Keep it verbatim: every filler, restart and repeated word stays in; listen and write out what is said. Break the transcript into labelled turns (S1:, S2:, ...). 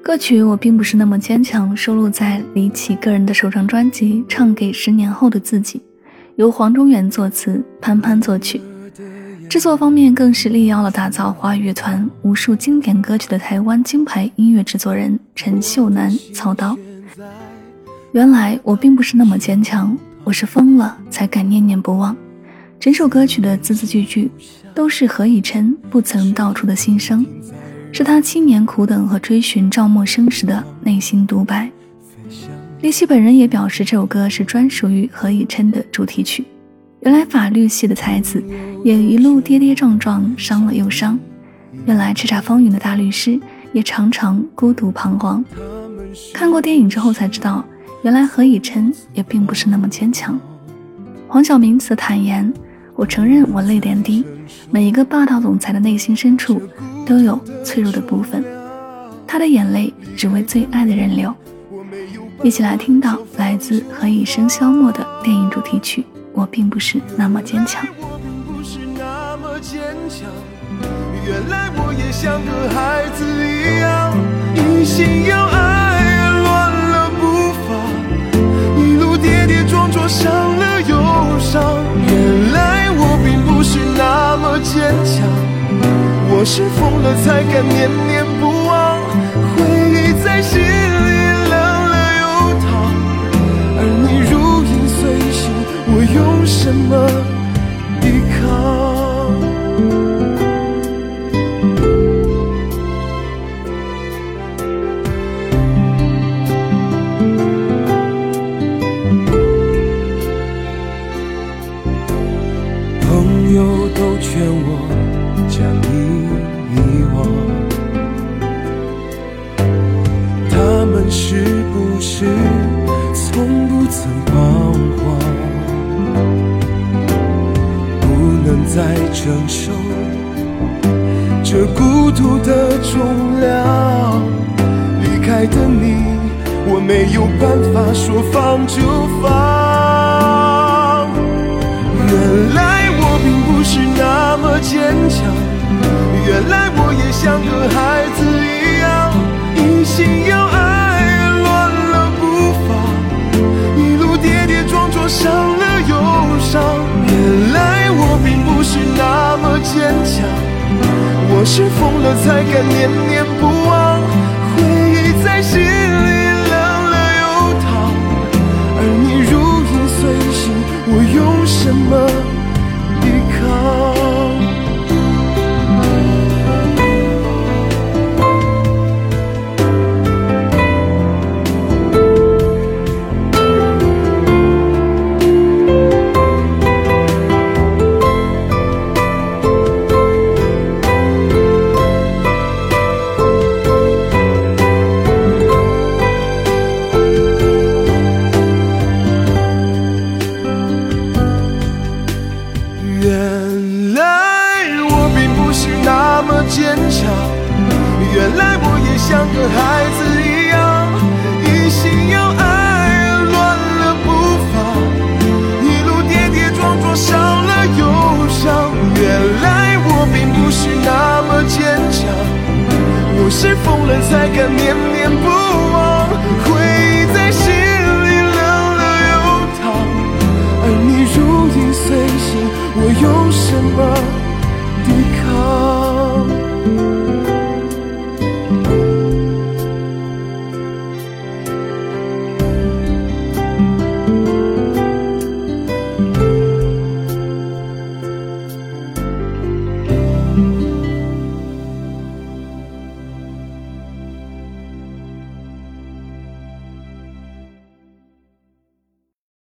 S1: 歌曲《我并不是那么坚强》收录在李启个人的首张专辑《唱给十年后的自己》，由黄中原作词，潘潘作曲。制作方面更是力邀了打造华语乐团无数经典歌曲的台湾金牌音乐制作人陈秀楠操刀。原来我并不是那么坚强，我是疯了才敢念念不忘。整首歌曲的字字句句都是何以琛不曾道出的心声，是他七年苦等和追寻赵默笙时的内心独白。李琦本人也表示，这首歌是专属于何以琛的主题曲。原来法律系的才子也一路跌跌撞撞，伤了又伤。原来叱咤风云的大律师也常常孤独彷徨。看过电影之后才知道，原来何以琛也并不是那么坚强。黄晓明则坦言，我承认我泪点低，每一个霸道总裁的内心深处都有脆弱的部分，他的眼泪只为最爱的人流。一起来听到来自何以琛萧默的电影主题曲《我并不是那么坚强》。
S2: 原来我也像个孩子一样，一心要爱乱了步伐，一路跌跌撞撞伤了又伤。原来我并不是那么坚强，我是疯了才敢念念不忘，回忆在心里冷了又烫，而你如影随形，我用什么抵抗？朋友都劝我将你遗忘，他们是不是从不曾彷徨？不能再承受这孤独的重量，离开的你，我没有办法说放就放。原来我并不是那么坚强，原来我也像个孩子一样，一心要爱乱了步伐，一路跌跌撞撞伤了又伤。原来我并不是那么坚强，我是疯了才敢念念不忘，回忆在心里冷了又烫，而你如影随形，我用什么抵抗？原来我并不是那么坚强，原来我也像个孩子一样，一心要爱乱了步伐，一路跌跌撞撞伤了又伤。原来我并不是那么坚强，我是疯了才敢念念不忘，回忆在心里冷了又烫，而你如影随形，我用什么抵抗？